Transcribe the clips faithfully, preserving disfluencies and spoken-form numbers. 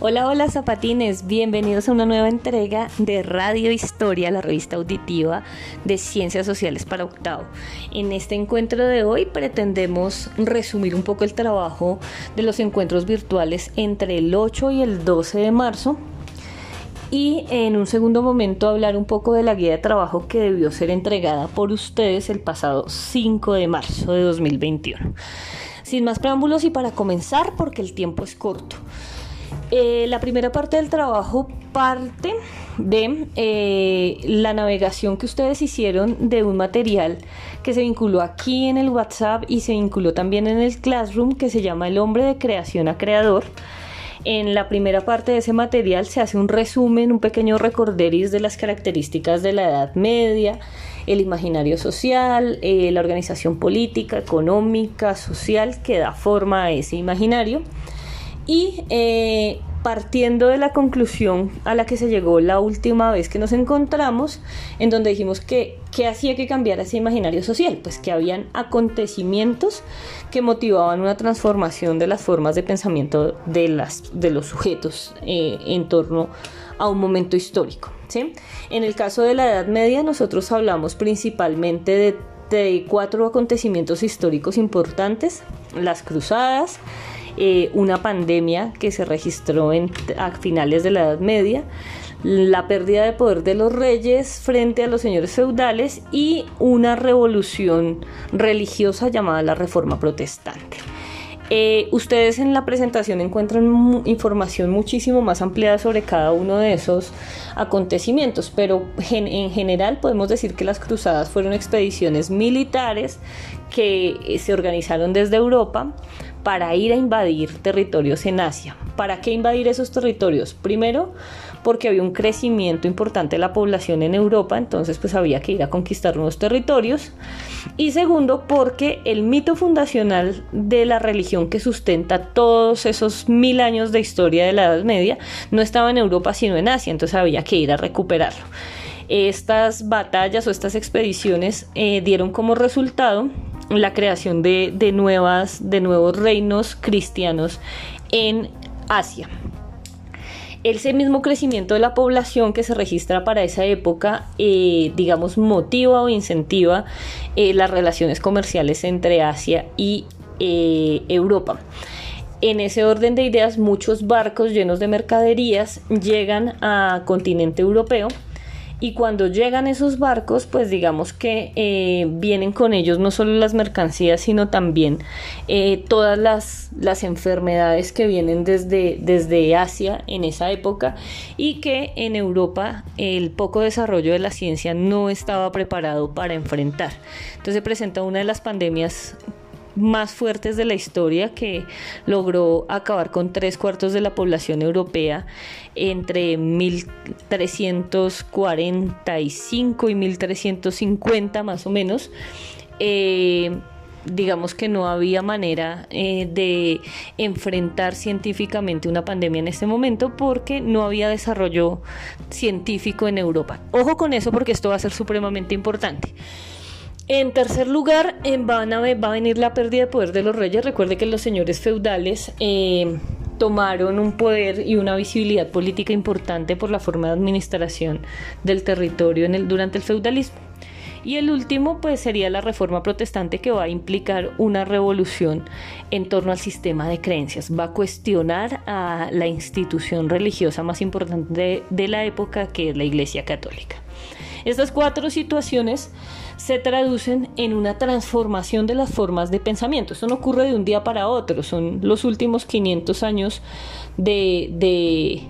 Hola, hola zapatines, bienvenidos a una nueva entrega de Radio Historia, la revista auditiva de Ciencias Sociales para octavo. En este encuentro de hoy pretendemos resumir un poco el trabajo de los encuentros virtuales entre el ocho y el doce de marzo y en un segundo momento hablar un poco de la guía de trabajo que debió ser entregada por ustedes el pasado cinco de marzo de dos mil veintiuno. Sin más preámbulos y para comenzar, porque el tiempo es corto. Eh, la primera parte del trabajo parte de eh, la navegación que ustedes hicieron de un material que se vinculó aquí en el WhatsApp y se vinculó también en el Classroom, que se llama El hombre de creación a creador. En la primera parte de ese material se hace un resumen, un pequeño recorderis de las características de la Edad Media, el imaginario social, eh, la organización política, económica, social que da forma a ese imaginario. Y eh, partiendo de la conclusión a la que se llegó la última vez que nos encontramos, en donde dijimos que ¿qué hacía que cambiara ese imaginario social? Pues que habían acontecimientos que motivaban una transformación de las formas de pensamiento de, las, de los sujetos eh, en torno a un momento histórico, ¿sí? En el caso de la Edad Media, nosotros hablamos principalmente de, de cuatro acontecimientos históricos importantes: las cruzadas, Eh, una pandemia que se registró en, a finales de la Edad Media, la pérdida de poder de los reyes frente a los señores feudales y una revolución religiosa llamada la Reforma Protestante. Eh, ustedes en la presentación encuentran mu- información muchísimo más ampliada sobre cada uno de esos acontecimientos, pero gen- en general podemos decir que las cruzadas fueron expediciones militares que eh, se organizaron desde Europa para ir a invadir territorios en Asia. ¿Para qué invadir esos territorios? Primero, porque había un crecimiento importante de la población en Europa, entonces pues había que ir a conquistar nuevos territorios. Y segundo, porque el mito fundacional de la religión que sustenta todos esos mil años de historia de la Edad Media no estaba en Europa sino en Asia, entonces había que ir a recuperarlo. Estas batallas o estas expediciones eh, dieron como resultado la creación de, de, nuevas, de nuevos reinos cristianos en Asia. Ese mismo crecimiento de la población que se registra para esa época, eh, digamos, motiva o incentiva eh, las relaciones comerciales entre Asia y eh, Europa. En ese orden de ideas, muchos barcos llenos de mercaderías llegan al continente europeo. Y cuando llegan esos barcos, pues digamos que eh, vienen con ellos no solo las mercancías, sino también eh, todas las, las enfermedades que vienen desde, desde Asia en esa época y que en Europa el poco desarrollo de la ciencia no estaba preparado para enfrentar. Entonces se presenta una de las pandemias más fuertes de la historia, que logró acabar con tres cuartos de la población europea entre mil trescientos cuarenta y cinco y mil trescientos cincuenta más o menos. Eh, digamos que no había manera eh, de enfrentar científicamente una pandemia en este momento porque no había desarrollo científico en Europa. Ojo con eso porque esto va a ser supremamente importante. En tercer lugar, eh, van a, va a venir la pérdida de poder de los reyes. Recuerde que los señores feudales eh, tomaron un poder y una visibilidad política importante por la forma de administración del territorio en el, durante el feudalismo. Y el último, pues, sería la Reforma Protestante, que va a implicar una revolución en torno al sistema de creencias. Va a cuestionar a la institución religiosa más importante de, de la época, que es la Iglesia Católica. Estas cuatro situaciones se traducen en una transformación de las formas de pensamiento. Esto no ocurre de un día para otro, son los últimos quinientos años de, de,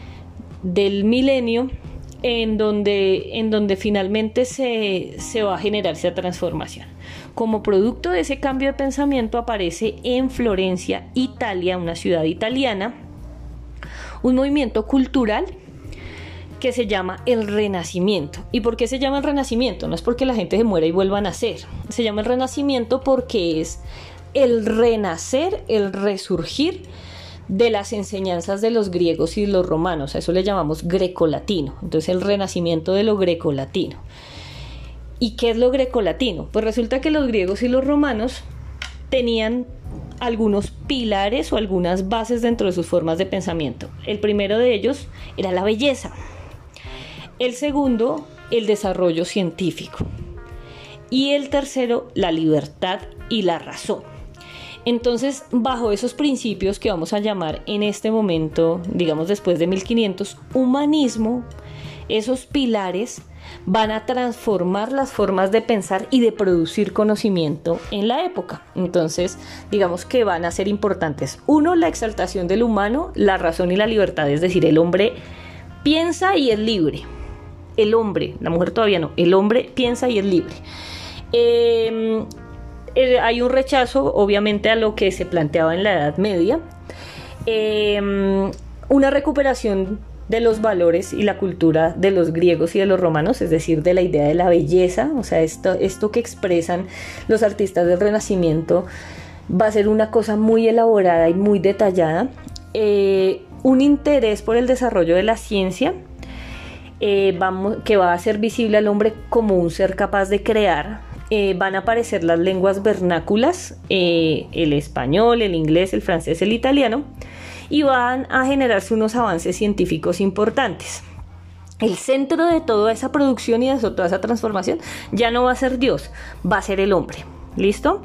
del milenio en donde, en donde finalmente se, se va a generar esa transformación. Como producto de ese cambio de pensamiento aparece en Florencia, Italia, una ciudad italiana, un movimiento cultural que se llama el Renacimiento. ¿Y por qué se llama el Renacimiento? No es porque la gente se muera y vuelva a nacer. Se llama el Renacimiento porque es el renacer, el resurgir de las enseñanzas de los griegos y los romanos. A eso le llamamos grecolatino. Entonces, el renacimiento de lo grecolatino. ¿Y qué es lo grecolatino? Pues resulta que los griegos y los romanos tenían algunos pilares o algunas bases dentro de sus formas de pensamiento. El primero de ellos era la belleza. El segundo, el desarrollo científico. Y el tercero, la libertad y la razón. Entonces, bajo esos principios que vamos a llamar en este momento, digamos después de mil quinientos, humanismo, esos pilares van a transformar las formas de pensar y de producir conocimiento en la época. Entonces, digamos que van a ser importantes. Uno, la exaltación del humano, la razón y la libertad, es decir, el hombre piensa y es libre. El hombre, la mujer todavía no, el hombre piensa y es libre. Eh, eh, hay un rechazo, obviamente, a lo que se planteaba en la Edad Media. Eh, una recuperación de los valores y la cultura de los griegos y de los romanos, es decir, de la idea de la belleza, o sea, esto, esto que expresan los artistas del Renacimiento va a ser una cosa muy elaborada y muy detallada. Eh, un interés por el desarrollo de la ciencia, eh, vamos, que va a hacer visible al hombre como un ser capaz de crear. Eh, van a aparecer las lenguas vernáculas, eh, el español, el inglés, el francés, el italiano, y van a generarse unos avances científicos importantes. El centro de toda esa producción y de toda esa transformación ya no va a ser Dios, va a ser el hombre. ¿Listo?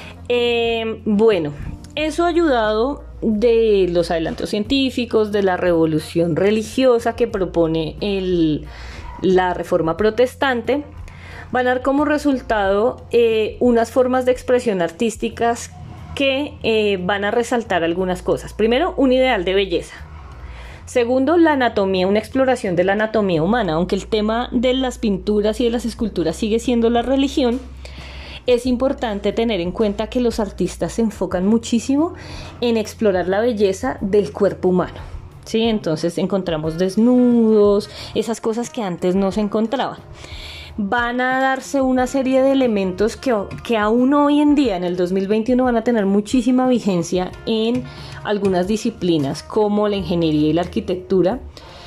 Eh, bueno, eso ha ayudado de los adelantos científicos, de la revolución religiosa que propone el, la Reforma Protestante. Van a dar como resultado eh, unas formas de expresión artísticas que eh, van a resaltar algunas cosas. Primero, un ideal de belleza. Segundo, la anatomía, una exploración de la anatomía humana. Aunque el tema de las pinturas y de las esculturas sigue siendo la religión, es importante tener en cuenta que los artistas se enfocan muchísimo en explorar la belleza del cuerpo humano. ¿Sí? Entonces encontramos desnudos, esas cosas que antes no se encontraban. Van a darse una serie de elementos que, que aún hoy en día, en el dos mil veintiuno, van a tener muchísima vigencia en algunas disciplinas como la ingeniería y la arquitectura,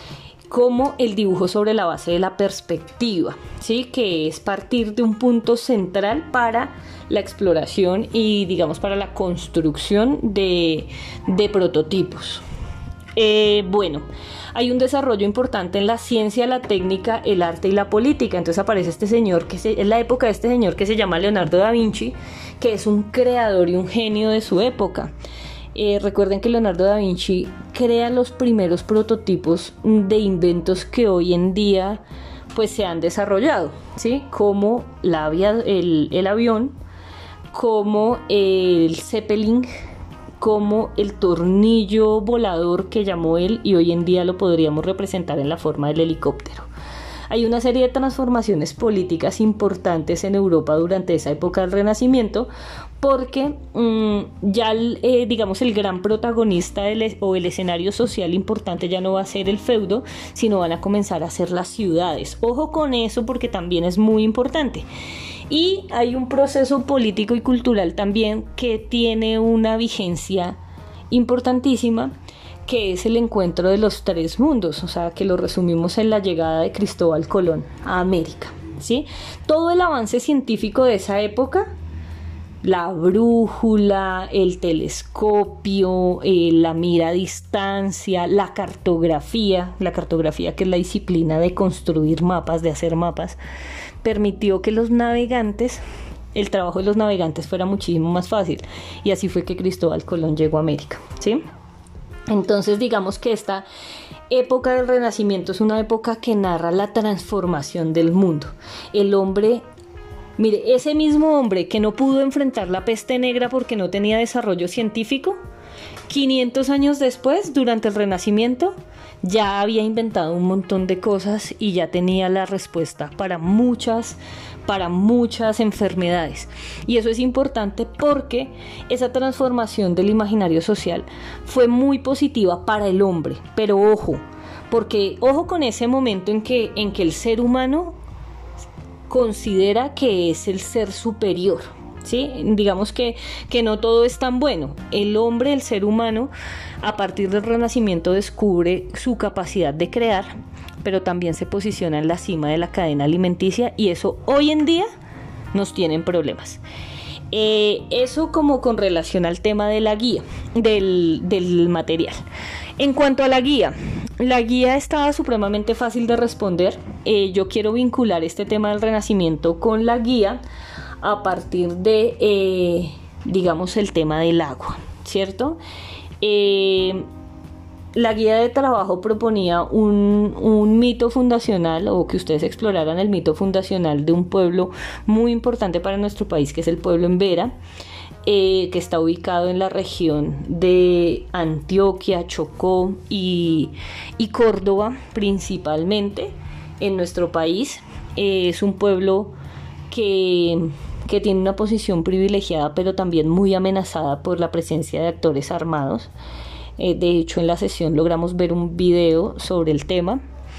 como el dibujo sobre la base de la perspectiva, ¿sí? Que es partir de un punto central para la exploración y, digamos, para la construcción de, de prototipos. Eh, bueno, hay un desarrollo importante en la ciencia, la técnica, el arte y la política. Entonces aparece este señor, que se, es la época de este señor que se llama Leonardo da Vinci, que es un creador y un genio de su época. Eh, recuerden que Leonardo da Vinci crea los primeros prototipos de inventos que hoy en día pues se han desarrollado, ¿sí? Como la avia- el, el avión, como el Zeppelin, como el tornillo volador que llamó él, y hoy en día lo podríamos representar en la forma del helicóptero. Hay una serie de transformaciones políticas importantes en Europa durante esa época del Renacimiento, porque mmm, ya eh, digamos el gran protagonista del, o el escenario social importante ya no va a ser el feudo, sino van a comenzar a ser las ciudades. Ojo con eso, porque también es muy importante. Y hay un proceso político y cultural también que tiene una vigencia importantísima, que es el encuentro de los tres mundos, o sea, que lo resumimos en la llegada de Cristóbal Colón a América, ¿sí? Todo el avance científico de esa época, la brújula, el telescopio, eh, la mira a distancia, la cartografía, la cartografía que es la disciplina de construir mapas, de hacer mapas, permitió que los navegantes, el trabajo de los navegantes fuera muchísimo más fácil, y así fue que Cristóbal Colón llegó a América, ¿sí? Entonces digamos que esta época del Renacimiento es una época que narra la transformación del mundo. El hombre, mire, ese mismo hombre que no pudo enfrentar la peste negra porque no tenía desarrollo científico, quinientos años después, durante el Renacimiento, ya había inventado un montón de cosas y ya tenía la respuesta para muchas, para muchas enfermedades. Y eso es importante porque esa transformación del imaginario social fue muy positiva para el hombre. Pero ojo, porque ojo con ese momento en que, en que el ser humano considera que es el ser superior, ¿sí? Digamos que, que no todo es tan bueno. El hombre, el ser humano, a partir del Renacimiento descubre su capacidad de crear, pero también se posiciona en la cima de la cadena alimenticia, y eso hoy en día nos tiene en problemas. Eh, eso como con relación al tema de la guía, del, del material. En cuanto a la guía, la guía estaba supremamente fácil de responder. Eh, yo quiero vincular este tema del Renacimiento con la guía a partir de, eh, digamos, el tema del agua, ¿cierto? Eh, la guía de trabajo proponía un, un mito fundacional, o que ustedes exploraran el mito fundacional de un pueblo muy importante para nuestro país, que es el pueblo Embera, eh, que está ubicado en la región de Antioquia, Chocó y, y Córdoba principalmente en nuestro país. Eh, es un pueblo que... que tiene una posición privilegiada, pero también muy amenazada por la presencia de actores armados. Eh, de hecho, en la sesión logramos ver un video sobre el tema.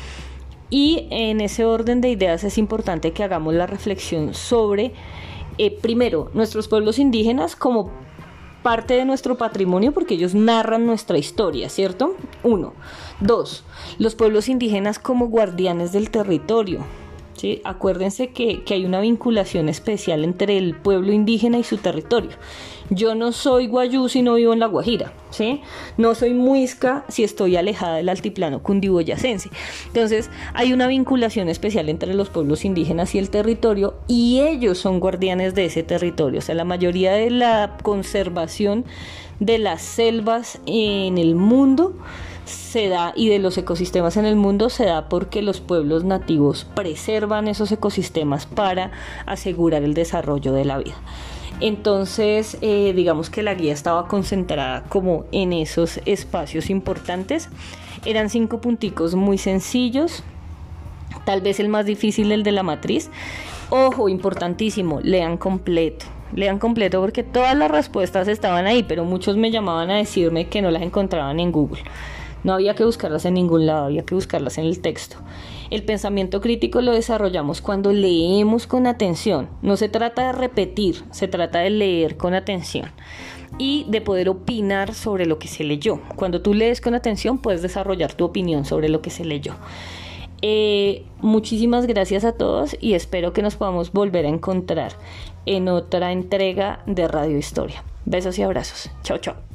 Y en ese orden de ideas es importante que hagamos la reflexión sobre, eh, primero, nuestros pueblos indígenas como parte de nuestro patrimonio, porque ellos narran nuestra historia, ¿cierto? Uno. Dos, los pueblos indígenas como guardianes del territorio. ¿Sí? Acuérdense que, que hay una vinculación especial entre el pueblo indígena y su territorio. Yo no soy guayú si no vivo en La Guajira, ¿sí? No soy muisca si estoy alejada del altiplano cundiboyacense. Entonces hay una vinculación especial entre los pueblos indígenas y el territorio, y ellos son guardianes de ese territorio. O sea, la mayoría de la conservación de las selvas en el mundo se da, y de los ecosistemas en el mundo, se da porque los pueblos nativos preservan esos ecosistemas para asegurar el desarrollo de la vida. Entonces, eh, digamos que la guía estaba concentrada como en esos espacios importantes. Eran cinco punticos muy sencillos, tal vez el más difícil, el de la matriz. Ojo, importantísimo, lean completo. Lean completo porque todas las respuestas estaban ahí, pero muchos me llamaban a decirme que no las encontraban en Google. No había que buscarlas en ningún lado, había que buscarlas en el texto. El pensamiento crítico lo desarrollamos cuando leemos con atención. No se trata de repetir, se trata de leer con atención y de poder opinar sobre lo que se leyó. Cuando tú lees con atención, puedes desarrollar tu opinión sobre lo que se leyó. Eh, muchísimas gracias a todos y espero que nos podamos volver a encontrar en otra entrega de Radio Historia. Besos y abrazos. Chao, chao.